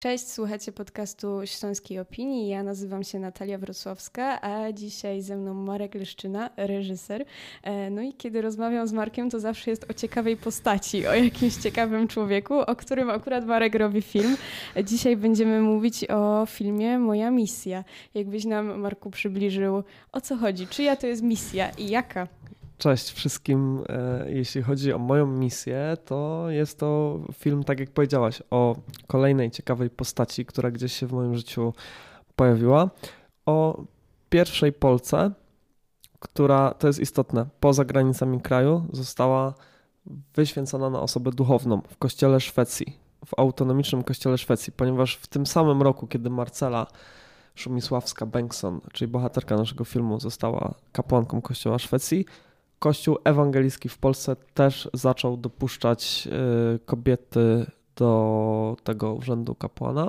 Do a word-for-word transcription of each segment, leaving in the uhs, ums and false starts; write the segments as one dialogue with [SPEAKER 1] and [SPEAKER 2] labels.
[SPEAKER 1] Cześć, słuchacie podcastu Śląskiej Opinii. Ja nazywam się Natalia Wrocławska, a dzisiaj ze mną Marek Leszczyna, reżyser. No i kiedy rozmawiam z Markiem, to zawsze jest o ciekawej postaci, o jakimś ciekawym człowieku, o którym akurat Marek robi film. Dzisiaj będziemy mówić o filmie Moja misja. Jakbyś nam, Marku, przybliżył, o co chodzi, czyja to jest misja i jaka?
[SPEAKER 2] Cześć wszystkim. Jeśli chodzi o moją misję, to jest to film, tak jak powiedziałaś, o kolejnej ciekawej postaci, która gdzieś się w moim życiu pojawiła. O pierwszej Polce, która, to jest istotne, poza granicami kraju została wyświęcona na osobę duchowną w kościele Szwecji, w autonomicznym kościele Szwecji, ponieważ w tym samym roku, kiedy Marcela Szumisławska-Bengtsson, czyli bohaterka naszego filmu, została kapłanką kościoła Szwecji, Kościół ewangelicki w Polsce też zaczął dopuszczać kobiety do tego urzędu kapłana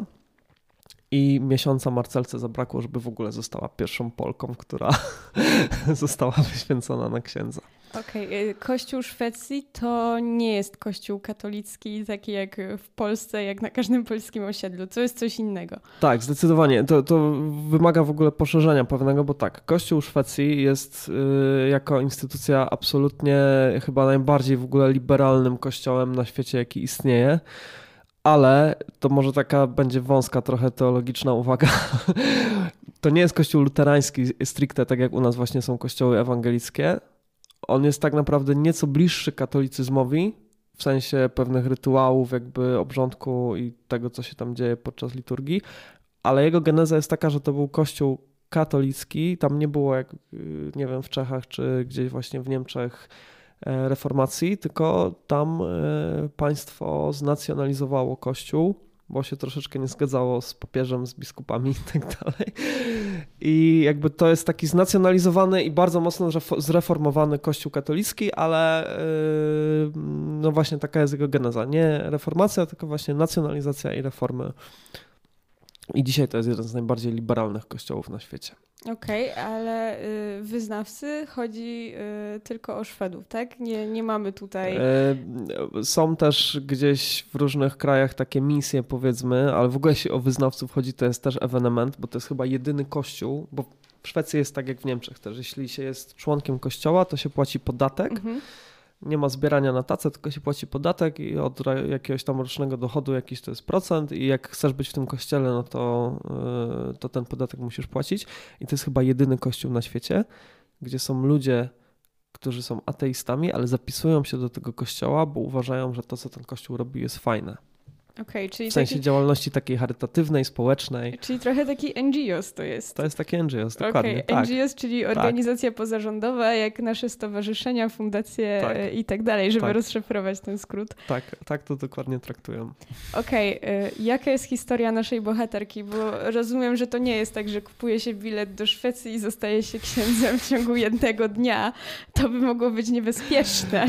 [SPEAKER 2] i miesiąca Marcelce zabrakło, żeby w ogóle została pierwszą Polką, która została wyświęcona na księdza.
[SPEAKER 1] Okej, okay. Kościół Szwecji to nie jest kościół katolicki, taki jak w Polsce, jak na każdym polskim osiedlu. To jest coś innego.
[SPEAKER 2] Tak, zdecydowanie. To, to wymaga w ogóle poszerzenia pewnego, bo tak, Kościół Szwecji jest y, jako instytucja absolutnie chyba najbardziej w ogóle liberalnym kościołem na świecie, jaki istnieje. Ale to może taka będzie wąska trochę teologiczna uwaga. To nie jest kościół luterański stricte, tak jak u nas właśnie są kościoły ewangelickie. On jest tak naprawdę nieco bliższy katolicyzmowi, w sensie pewnych rytuałów, jakby obrządku i tego, co się tam dzieje podczas liturgii, ale jego geneza jest taka, że to był kościół katolicki, tam nie było jak, nie wiem, w Czechach czy gdzieś właśnie w Niemczech reformacji, tylko tam państwo znacjonalizowało kościół, bo się troszeczkę nie zgadzało z papieżem, z biskupami i tak dalej. I jakby to jest taki znacjonalizowany i bardzo mocno zreformowany kościół katolicki, ale no właśnie taka jest jego geneza. Nie reformacja, tylko właśnie nacjonalizacja i reformy. I dzisiaj to jest jeden z najbardziej liberalnych kościołów na świecie.
[SPEAKER 1] Okej, okay, ale y, wyznawcy chodzi y, tylko o Szwedów, tak? Nie, nie mamy tutaj...
[SPEAKER 2] Są też gdzieś w różnych krajach takie misje, powiedzmy, ale w ogóle jeśli o wyznawców chodzi, to jest też ewenement, bo to jest chyba jedyny kościół, bo w Szwecji jest tak jak w Niemczech też. Jeśli się jest członkiem kościoła, to się płaci podatek. Mhm. Nie ma zbierania na tacę, tylko się płaci podatek i od jakiegoś tam rocznego dochodu jakiś to jest procent i jak chcesz być w tym kościele, no to, to ten podatek musisz płacić. I to jest chyba jedyny kościół na świecie, gdzie są ludzie, którzy są ateistami, ale zapisują się do tego kościoła, bo uważają, że to, co ten kościół robi, jest fajne.
[SPEAKER 1] Okay, czyli
[SPEAKER 2] w sensie taki... działalności takiej charytatywnej, społecznej.
[SPEAKER 1] Czyli trochę taki N G O S to jest.
[SPEAKER 2] To jest taki N G O S, dokładnie.
[SPEAKER 1] Okay.
[SPEAKER 2] Tak.
[SPEAKER 1] N G O S, czyli organizacja tak. pozarządowa, jak nasze stowarzyszenia, fundacje tak. i tak dalej, żeby tak. rozszyfrować ten skrót.
[SPEAKER 2] Tak, tak to dokładnie traktują.
[SPEAKER 1] Okej, okay. Jaka jest historia naszej bohaterki? Bo rozumiem, że to nie jest tak, że kupuje się bilet do Szwecji i zostaje się księdzem w ciągu jednego dnia. To by mogło być niebezpieczne.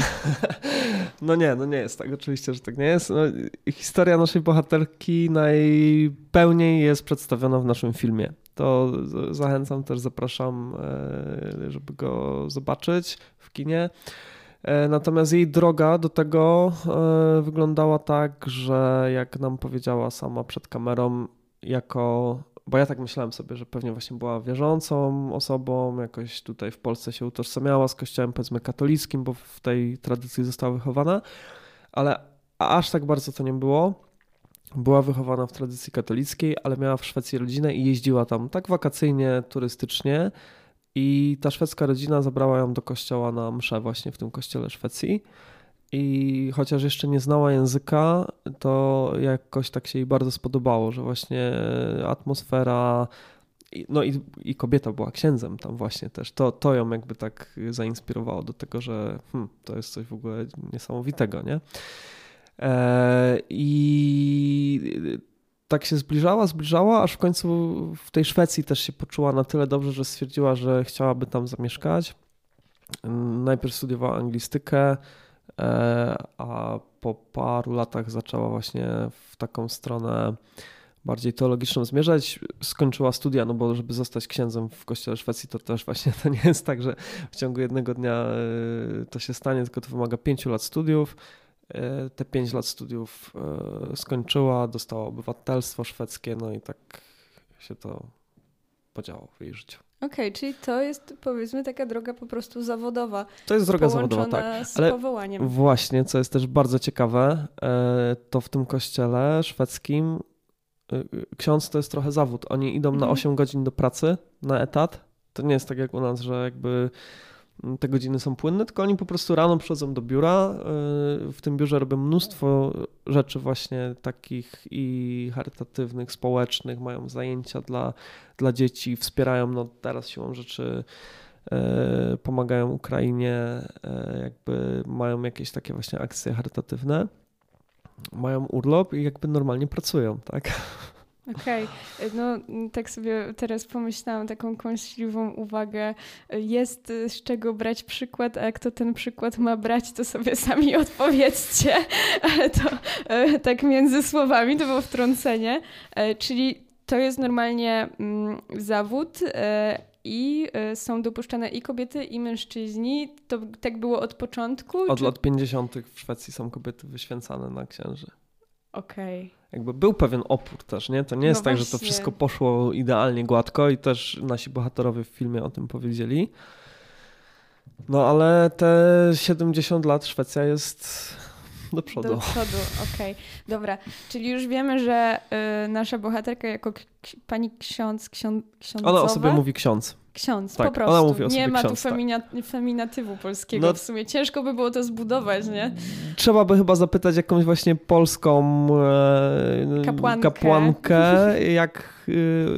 [SPEAKER 2] No nie, no nie jest tak. Oczywiście, że tak nie jest. No, historia naszej bohaterki najpełniej jest przedstawiona w naszym filmie. To zachęcam, też zapraszam, żeby go zobaczyć w kinie. Natomiast jej droga do tego wyglądała tak, że jak nam powiedziała sama przed kamerą, jako, bo ja tak myślałem sobie, że pewnie właśnie była wierzącą osobą, jakoś tutaj w Polsce się utożsamiała z kościołem, powiedzmy, katolickim, bo w tej tradycji została wychowana, ale aż tak bardzo to nie było. Była wychowana w tradycji katolickiej, ale miała w Szwecji rodzinę i jeździła tam tak wakacyjnie, turystycznie i ta szwedzka rodzina zabrała ją do kościoła na mszę właśnie w tym kościele Szwecji i chociaż jeszcze nie znała języka, to jakoś tak się jej bardzo spodobało, że właśnie atmosfera, no i, i kobieta była księdzem tam właśnie też, to, to ją jakby tak zainspirowało do tego, że hmm, to jest coś w ogóle niesamowitego, nie? I tak się zbliżała, zbliżała, aż w końcu w tej Szwecji też się poczuła na tyle dobrze, że stwierdziła, że chciałaby tam zamieszkać. Najpierw studiowała anglistykę, a po paru latach zaczęła właśnie w taką stronę bardziej teologiczną zmierzać. Skończyła studia, no bo żeby zostać księdzem w kościele Szwecji, to też właśnie to nie jest tak, że w ciągu jednego dnia to się stanie, tylko to wymaga pięciu lat studiów. te pięć lat studiów skończyła, dostała obywatelstwo szwedzkie, no i tak się to podziało w jej życiu.
[SPEAKER 1] Okej, okay, czyli to jest, powiedzmy, taka droga po prostu zawodowa.
[SPEAKER 2] To jest droga zawodowa, tak.
[SPEAKER 1] Z ale powołaniem.
[SPEAKER 2] Właśnie, co jest też bardzo ciekawe, to w tym kościele szwedzkim ksiądz to jest trochę zawód. Oni idą mhm. na osiem godzin do pracy, na etat. To nie jest tak jak u nas, że jakby te godziny są płynne, tylko oni po prostu rano przychodzą do biura. W tym biurze robią mnóstwo rzeczy właśnie takich i charytatywnych, społecznych, mają zajęcia dla, dla dzieci, wspierają, no teraz siłą rzeczy pomagają Ukrainie, jakby mają jakieś takie właśnie akcje charytatywne, mają urlop i jakby normalnie pracują, tak?
[SPEAKER 1] Okej, okay. No tak sobie teraz pomyślałam taką kąśliwą uwagę. Jest z czego brać przykład, a kto ten przykład ma brać, to sobie sami odpowiedzcie. Ale to tak między słowami, to było wtrącenie. Czyli to jest normalnie zawód i są dopuszczane i kobiety, i mężczyźni. To tak było od początku?
[SPEAKER 2] Od
[SPEAKER 1] czy...
[SPEAKER 2] lat pięćdziesiątych w Szwecji są kobiety wyświęcane na księży.
[SPEAKER 1] Okej. Okay.
[SPEAKER 2] Jakby był pewien opór też, nie? To nie jest no tak, właśnie. Że to wszystko poszło idealnie gładko i też nasi bohaterowie w filmie o tym powiedzieli. No ale te siedemdziesiąt lat Szwecja jest do przodu.
[SPEAKER 1] Do przodu, okej. Okay. Dobra, czyli już wiemy, że y, nasza bohaterka jako k- pani ksiądz, ksiądz ksiądzowa...
[SPEAKER 2] Ona o sobie mówi ksiądz.
[SPEAKER 1] Ksiądz,
[SPEAKER 2] tak,
[SPEAKER 1] po prostu.
[SPEAKER 2] Ona mówi o sobie
[SPEAKER 1] nie ma
[SPEAKER 2] ksiądz,
[SPEAKER 1] tu femina-
[SPEAKER 2] tak.
[SPEAKER 1] feminatywu polskiego no, w sumie. Ciężko by było to zbudować, nie?
[SPEAKER 2] Trzeba by chyba zapytać jakąś właśnie polską e,
[SPEAKER 1] kapłankę,
[SPEAKER 2] kapłankę jak,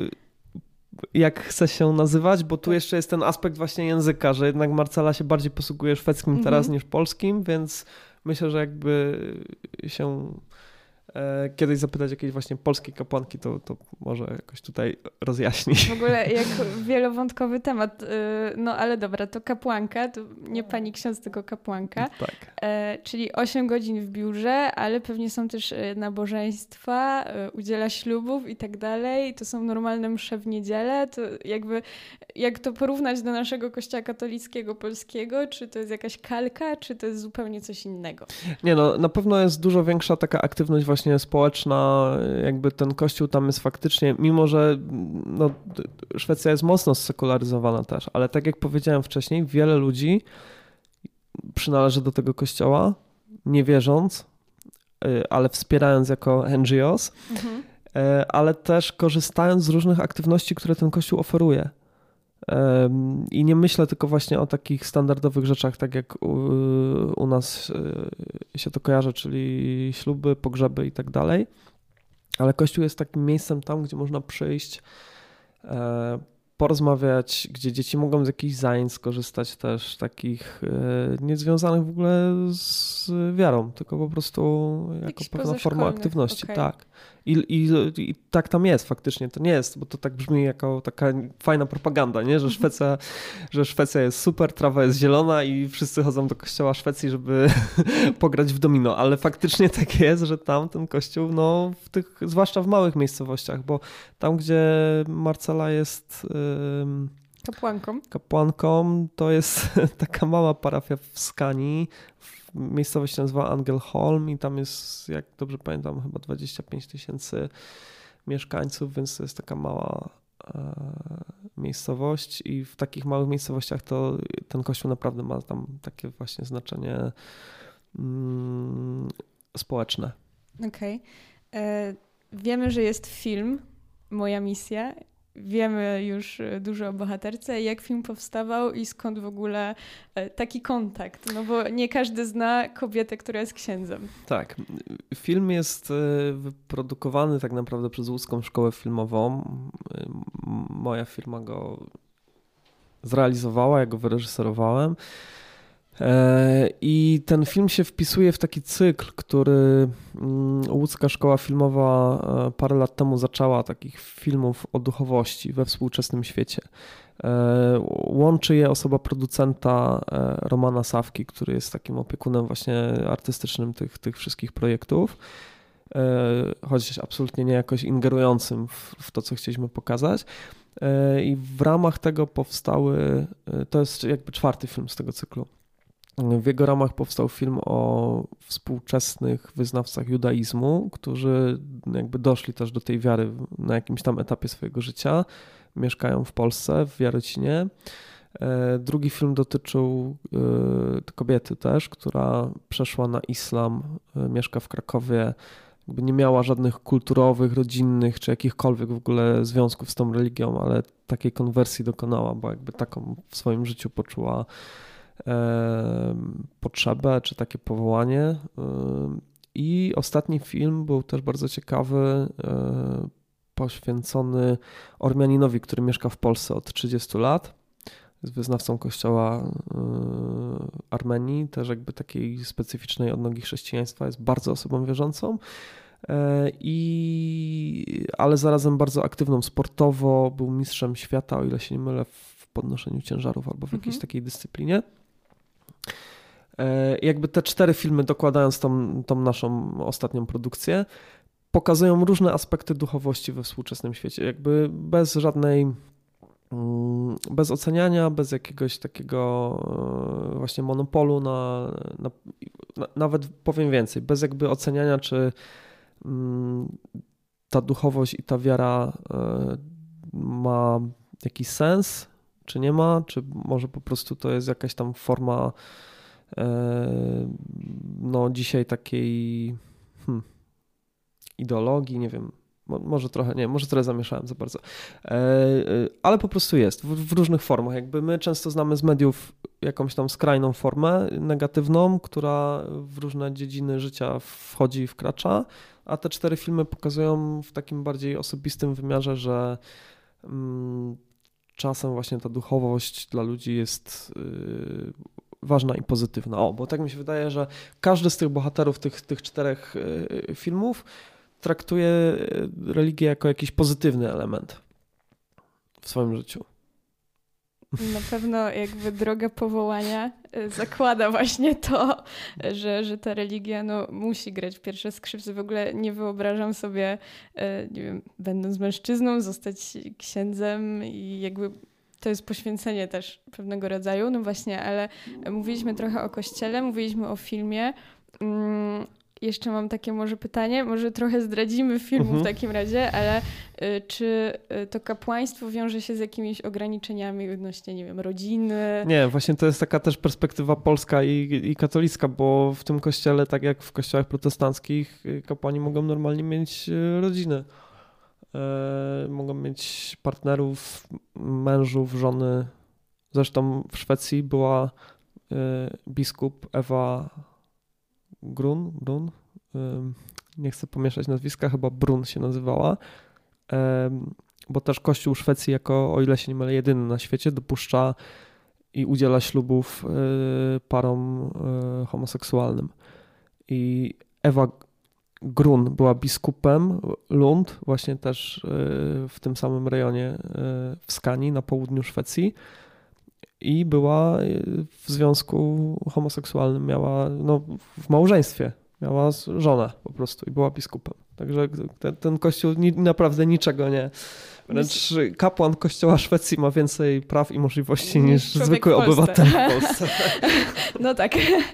[SPEAKER 2] e, jak chce się nazywać, bo tu jeszcze jest ten aspekt właśnie języka, że jednak Marcela się bardziej posługuje szwedzkim mhm. teraz niż polskim, więc myślę, że jakby się e, kiedyś zapytać jakiejś właśnie polskiej kapłanki, to, to może jakoś tutaj rozjaśni.
[SPEAKER 1] W ogóle jak wielowątkowy temat. No ale dobra, to kapłanka, to nie pani ksiądz, tylko kapłanka.
[SPEAKER 2] Tak.
[SPEAKER 1] E, czyli osiem godzin w biurze, ale pewnie są też nabożeństwa, udziela ślubów i tak dalej. To są normalne msze w niedzielę. To jakby, jak to porównać do naszego kościoła katolickiego polskiego? Czy to jest jakaś kalka, czy to jest zupełnie coś innego?
[SPEAKER 2] Nie no, na pewno jest dużo większa taka aktywność właśnie społeczna, jakby ten kościół tam jest faktycznie, mimo że no, Szwecja jest mocno sekularyzowana też, ale tak jak powiedziałem wcześniej, wiele ludzi przynależy do tego kościoła, nie wierząc, ale wspierając jako N G Os, mhm. ale też korzystając z różnych aktywności, które ten kościół oferuje. I nie myślę tylko właśnie o takich standardowych rzeczach, tak jak u, u nas się to kojarzy, czyli śluby, pogrzeby i tak dalej, ale Kościół jest takim miejscem tam, gdzie można przyjść, porozmawiać, gdzie dzieci mogą z jakichś zajęć skorzystać też, takich niezwiązanych w ogóle z wiarą, tylko po prostu jako Jakiś pewna forma aktywności. Okay. Tak. I, i, I tak tam jest faktycznie, to nie jest, bo to tak brzmi jako taka fajna propaganda, nie? Że Szwecja, że Szwecja jest super, trawa jest zielona i wszyscy chodzą do kościoła Szwecji, żeby pograć w domino, ale faktycznie tak jest, że tam ten kościół, no w tych, zwłaszcza w małych miejscowościach, bo tam, gdzie Marcela jest ym,
[SPEAKER 1] kapłanką.
[SPEAKER 2] kapłanką, to jest taka mała parafia w Skanii. Miejscowość się nazywa Angelholm i tam jest, jak dobrze pamiętam, chyba dwadzieścia pięć tysięcy mieszkańców, więc to jest taka mała e, miejscowość i w takich małych miejscowościach to ten kościół naprawdę ma tam takie właśnie znaczenie mm, społeczne.
[SPEAKER 1] Okej. Okay. Wiemy, że jest film Moja misja. Wiemy już dużo o bohaterce, jak film powstawał i skąd w ogóle taki kontakt, no bo nie każdy zna kobietę, która jest księdzem.
[SPEAKER 2] Tak. Film jest wyprodukowany tak naprawdę przez Łódzką Szkołę Filmową. Moja firma go zrealizowała, ja go wyreżyserowałem. I ten film się wpisuje w taki cykl, który Łódzka Szkoła Filmowa parę lat temu zaczęła, takich filmów o duchowości we współczesnym świecie. Łączy je osoba producenta Romana Sawki, który jest takim opiekunem właśnie artystycznym tych, tych wszystkich projektów, choć absolutnie nie jakoś ingerującym w, w to, co chcieliśmy pokazać. I w ramach tego powstały, to jest jakby czwarty film z tego cyklu. W jego ramach powstał film o współczesnych wyznawcach judaizmu, którzy jakby doszli też do tej wiary na jakimś tam etapie swojego życia. Mieszkają w Polsce, w Jarocinie. Drugi film dotyczył kobiety też, która przeszła na islam, mieszka w Krakowie, jakby nie miała żadnych kulturowych, rodzinnych czy jakichkolwiek w ogóle związków z tą religią, ale takiej konwersji dokonała, bo jakby taką w swoim życiu poczuła e, potrzebę czy takie powołanie. E, I ostatni film był też bardzo ciekawy, e, poświęcony Ormianinowi, który mieszka w Polsce od trzydziestu lat. Jest wyznawcą kościoła y, Armenii, też jakby takiej specyficznej odnogi chrześcijaństwa, jest bardzo osobą wierzącą, y, i, ale zarazem bardzo aktywną sportowo, był mistrzem świata, o ile się nie mylę, w podnoszeniu ciężarów albo w jakiejś mhm. takiej dyscyplinie. Y, jakby te cztery filmy, dokładając tą, tą naszą ostatnią produkcję, pokazują różne aspekty duchowości we współczesnym świecie, jakby bez żadnej bez oceniania, bez jakiegoś takiego właśnie monopolu na, na, na nawet powiem więcej, bez jakby oceniania, czy ta duchowość i ta wiara ma jakiś sens, czy nie ma, czy może po prostu to jest jakaś tam forma no dzisiaj takiej hmm, ideologii, nie wiem. Może trochę, nie, może trochę zamieszałem za bardzo, ale po prostu jest w, w różnych formach. Jakby my często znamy z mediów jakąś tam skrajną formę negatywną, która w różne dziedziny życia wchodzi i wkracza, a te cztery filmy pokazują w takim bardziej osobistym wymiarze, że mm, czasem właśnie ta duchowość dla ludzi jest yy, ważna i pozytywna. O, bo tak mi się wydaje, że każdy z tych bohaterów tych, tych czterech yy, filmów traktuje religię jako jakiś pozytywny element w swoim życiu.
[SPEAKER 1] Na pewno jakby droga powołania zakłada właśnie to, że, że ta religia no, musi grać pierwsze skrzypce. W ogóle nie wyobrażam sobie, nie wiem, będąc mężczyzną, zostać księdzem i jakby to jest poświęcenie też pewnego rodzaju. No właśnie, ale mówiliśmy trochę o kościele, mówiliśmy o filmie. Jeszcze mam takie może pytanie, może trochę zdradzimy filmu mhm. w takim razie, ale y, czy y, to kapłaństwo wiąże się z jakimiś ograniczeniami odnośnie, nie wiem, rodziny?
[SPEAKER 2] Nie, właśnie to jest taka też perspektywa polska i, i katolicka, bo w tym kościele, tak jak w kościołach protestanckich, kapłani mogą normalnie mieć rodziny. E, mogą mieć partnerów, mężów, żony. Zresztą w Szwecji była e, biskup Ewa Grun, Brun, nie chcę pomieszać nazwiska, chyba Brun się nazywała, bo też Kościół Szwecji jako, o ile się nie mylę, jedyny na świecie dopuszcza i udziela ślubów parom homoseksualnym. I Ewa Grun była biskupem Lund, właśnie też w tym samym rejonie w Skanii na południu Szwecji. I była w związku homoseksualnym, miała no, w małżeństwie, miała żonę po prostu i była biskupem. Także ten, ten kościół ni, naprawdę niczego nie... Wręcz kapłan kościoła Szwecji ma więcej praw i możliwości niż, niż zwykły obywatel w Polsce.
[SPEAKER 1] No tak.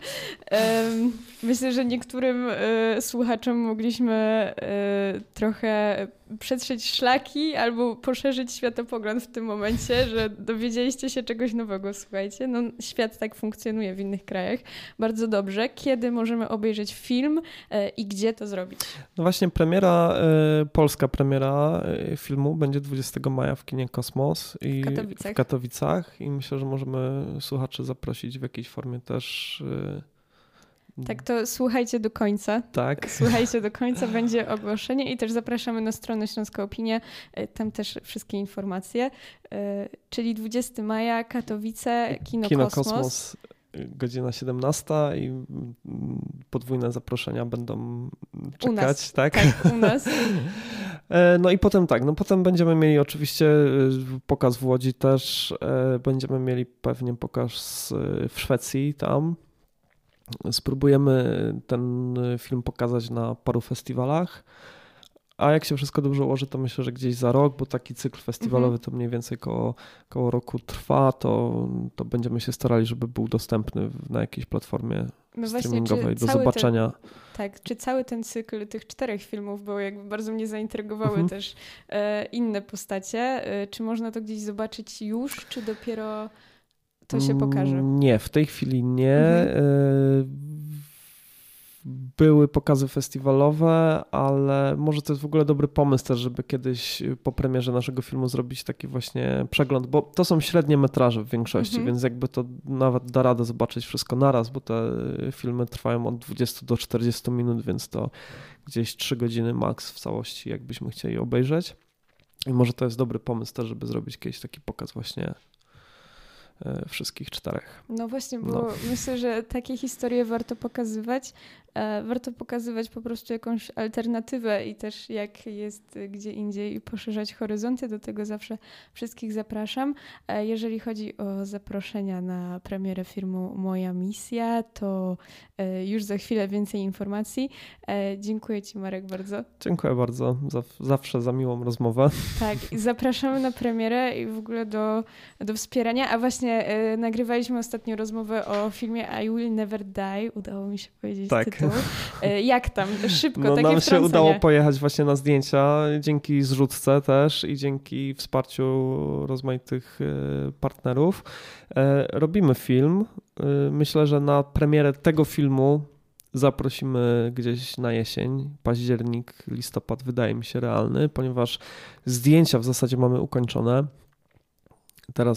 [SPEAKER 1] Myślę, że niektórym słuchaczom mogliśmy trochę przetrzeć szlaki albo poszerzyć światopogląd w tym momencie, że dowiedzieliście się czegoś nowego, słuchajcie. No, świat tak funkcjonuje w innych krajach. Bardzo dobrze. Kiedy możemy obejrzeć film i gdzie to zrobić?
[SPEAKER 2] No właśnie premiera, polska premiera filmu będzie dwudziestego maja w kinie Kosmos i
[SPEAKER 1] w Katowicach.
[SPEAKER 2] w Katowicach i myślę, że możemy słuchaczy zaprosić w jakiejś formie też.
[SPEAKER 1] Tak, to słuchajcie do końca.
[SPEAKER 2] Tak.
[SPEAKER 1] Słuchajcie do końca, będzie ogłoszenie i też zapraszamy na stronę Śląska Opinia, tam też wszystkie informacje. Czyli dwudziestego maja, Katowice, Kino,
[SPEAKER 2] Kino
[SPEAKER 1] Kosmos.
[SPEAKER 2] Kosmos. Godzina siedemnasta i podwójne zaproszenia będą czekać.
[SPEAKER 1] U nas.
[SPEAKER 2] Tak?
[SPEAKER 1] Tak, u nas.
[SPEAKER 2] No i potem tak, no potem będziemy mieli oczywiście pokaz w Łodzi też, będziemy mieli pewnie pokaz w Szwecji tam. Spróbujemy ten film pokazać na paru festiwalach, A jak się wszystko dobrze ułoży, to myślę, że gdzieś za rok, bo taki cykl festiwalowy to mniej więcej koło, koło roku trwa, to, to będziemy się starali, żeby był dostępny na jakiejś platformie no streamingowej właśnie, do zobaczenia.
[SPEAKER 1] Ten, tak, czy cały ten cykl tych czterech filmów, bo jakby bardzo mnie zaintrygowały mhm. też e, inne postacie. E, czy można to gdzieś zobaczyć już, czy dopiero to się pokaże?
[SPEAKER 2] Nie, w tej chwili nie. Mhm. E, Były pokazy festiwalowe, ale może to jest w ogóle dobry pomysł też, żeby kiedyś po premierze naszego filmu zrobić taki właśnie przegląd, bo to są średnie metraże w większości, mhm. więc jakby to nawet da radę zobaczyć wszystko naraz, bo te filmy trwają od dwudziestu do czterdziestu minut, więc to gdzieś trzy godziny max w całości, jakbyśmy chcieli obejrzeć. I może to jest dobry pomysł też, żeby zrobić kiedyś taki pokaz właśnie wszystkich czterech.
[SPEAKER 1] No właśnie, bo
[SPEAKER 2] no.
[SPEAKER 1] myślę, że takie historie warto pokazywać. E, warto pokazywać po prostu jakąś alternatywę i też jak jest gdzie indziej poszerzać horyzonty. Do tego zawsze wszystkich zapraszam. E, jeżeli chodzi o zaproszenia na premierę filmu Moja Misja, to e, już za chwilę więcej informacji. E, dziękuję Ci, Marek, bardzo.
[SPEAKER 2] Dziękuję bardzo. Zawsze za miłą rozmowę.
[SPEAKER 1] Tak, zapraszamy na premierę i w ogóle do, do wspierania. A właśnie e, nagrywaliśmy ostatnio rozmowę o filmie I Will Never Die. Udało mi się powiedzieć
[SPEAKER 2] tak.
[SPEAKER 1] tytuł. E, jak tam? Szybko,
[SPEAKER 2] no,
[SPEAKER 1] takie
[SPEAKER 2] nam
[SPEAKER 1] wtrącenie.
[SPEAKER 2] się udało pojechać właśnie na zdjęcia dzięki zrzutce też i dzięki wsparciu rozmaitych partnerów. E, robimy film. E, myślę, że na premierę tego filmu zaprosimy gdzieś na jesień, październik, listopad wydaje mi się realny, ponieważ zdjęcia w zasadzie mamy ukończone. Teraz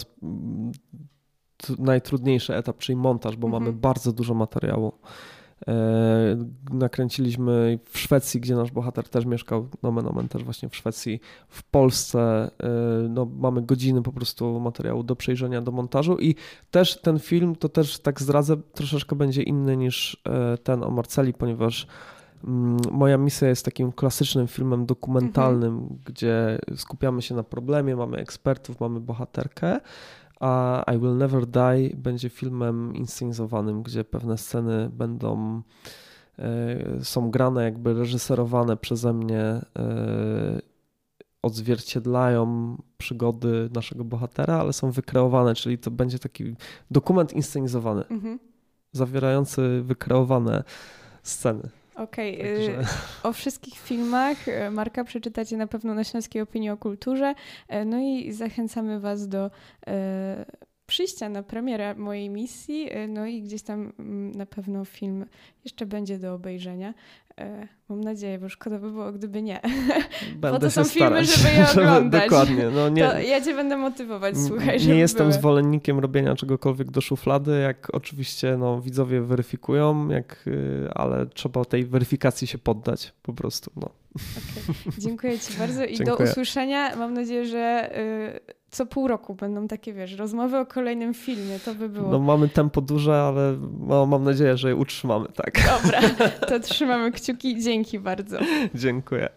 [SPEAKER 2] t- najtrudniejszy etap, czyli montaż, bo mhm. mamy bardzo dużo materiału. E, nakręciliśmy w Szwecji, gdzie nasz bohater też mieszkał, nomen omen też właśnie w Szwecji. W Polsce e, no, mamy godziny po prostu materiału do przejrzenia, do montażu i też ten film, to też tak zdradzę, troszeczkę będzie inny niż e, ten o Marceli, ponieważ mm, Moja misja jest takim klasycznym filmem dokumentalnym, mhm. gdzie skupiamy się na problemie, mamy ekspertów, mamy bohaterkę, a I Will Never Die będzie filmem inscenizowanym, gdzie pewne sceny będą, y, są grane, jakby reżyserowane przeze mnie, y, odzwierciedlają przygody naszego bohatera, ale są wykreowane, czyli to będzie taki dokument inscenizowany, mhm. zawierający wykreowane sceny.
[SPEAKER 1] Okej, okay. Także... O wszystkich filmach Marka przeczytacie na pewno na Śląskiej Opinii o Kulturze. No i zachęcamy Was do e, przyjścia na premierę Mojej Misji. No i gdzieś tam na pewno film jeszcze będzie do obejrzenia. E, mam nadzieję, bo szkoda by było, gdyby nie.
[SPEAKER 2] Będę
[SPEAKER 1] bo to są
[SPEAKER 2] się
[SPEAKER 1] filmy,
[SPEAKER 2] starać,
[SPEAKER 1] żeby je oglądać.
[SPEAKER 2] Dokładnie. No nie,
[SPEAKER 1] to ja Cię będę motywować, słuchaj.
[SPEAKER 2] Nie jestem były. zwolennikiem robienia czegokolwiek do szuflady, jak oczywiście no, widzowie weryfikują, jak, ale trzeba tej weryfikacji się poddać po prostu. No.
[SPEAKER 1] Okay. Dziękuję Ci bardzo i
[SPEAKER 2] Dziękuję.
[SPEAKER 1] do usłyszenia. Mam nadzieję, że y, co pół roku będą takie, wiesz, rozmowy o kolejnym filmie. To by było.
[SPEAKER 2] No mamy tempo duże, ale no, mam nadzieję, że je utrzymamy, tak.
[SPEAKER 1] Dobra, to trzymamy kciuki. Dzięki bardzo.
[SPEAKER 2] Dziękuję.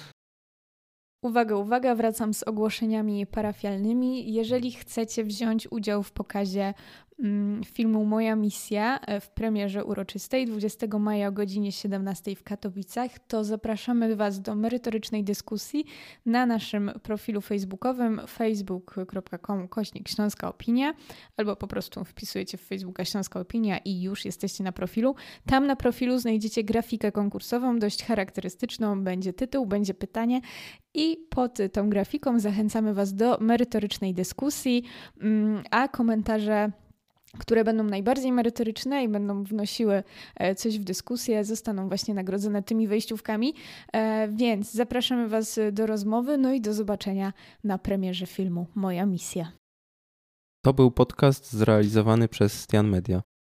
[SPEAKER 1] Uwaga, uwaga, wracam z ogłoszeniami parafialnymi. Jeżeli chcecie wziąć udział w pokazie mm, filmu Moja Misja w premierze uroczystej dwudziestego maja o godzinie siedemnastej w Katowicach, to zapraszamy Was do merytorycznej dyskusji na naszym profilu facebookowym facebook kropka com kośnik Śląska Opinia, albo po prostu wpisujecie w Facebooka Śląska Opinia i już jesteście na profilu. Tam na profilu znajdziecie grafikę konkursową, dość charakterystyczną, będzie tytuł, będzie pytanie i pod tą grafiką zachęcamy Was do merytorycznej dyskusji, a komentarze, które będą najbardziej merytoryczne i będą wnosiły coś w dyskusję, zostaną właśnie nagrodzone tymi wejściówkami, więc zapraszamy Was do rozmowy, no i do zobaczenia na premierze filmu Moja Misja.
[SPEAKER 3] To był podcast zrealizowany przez Stian Media.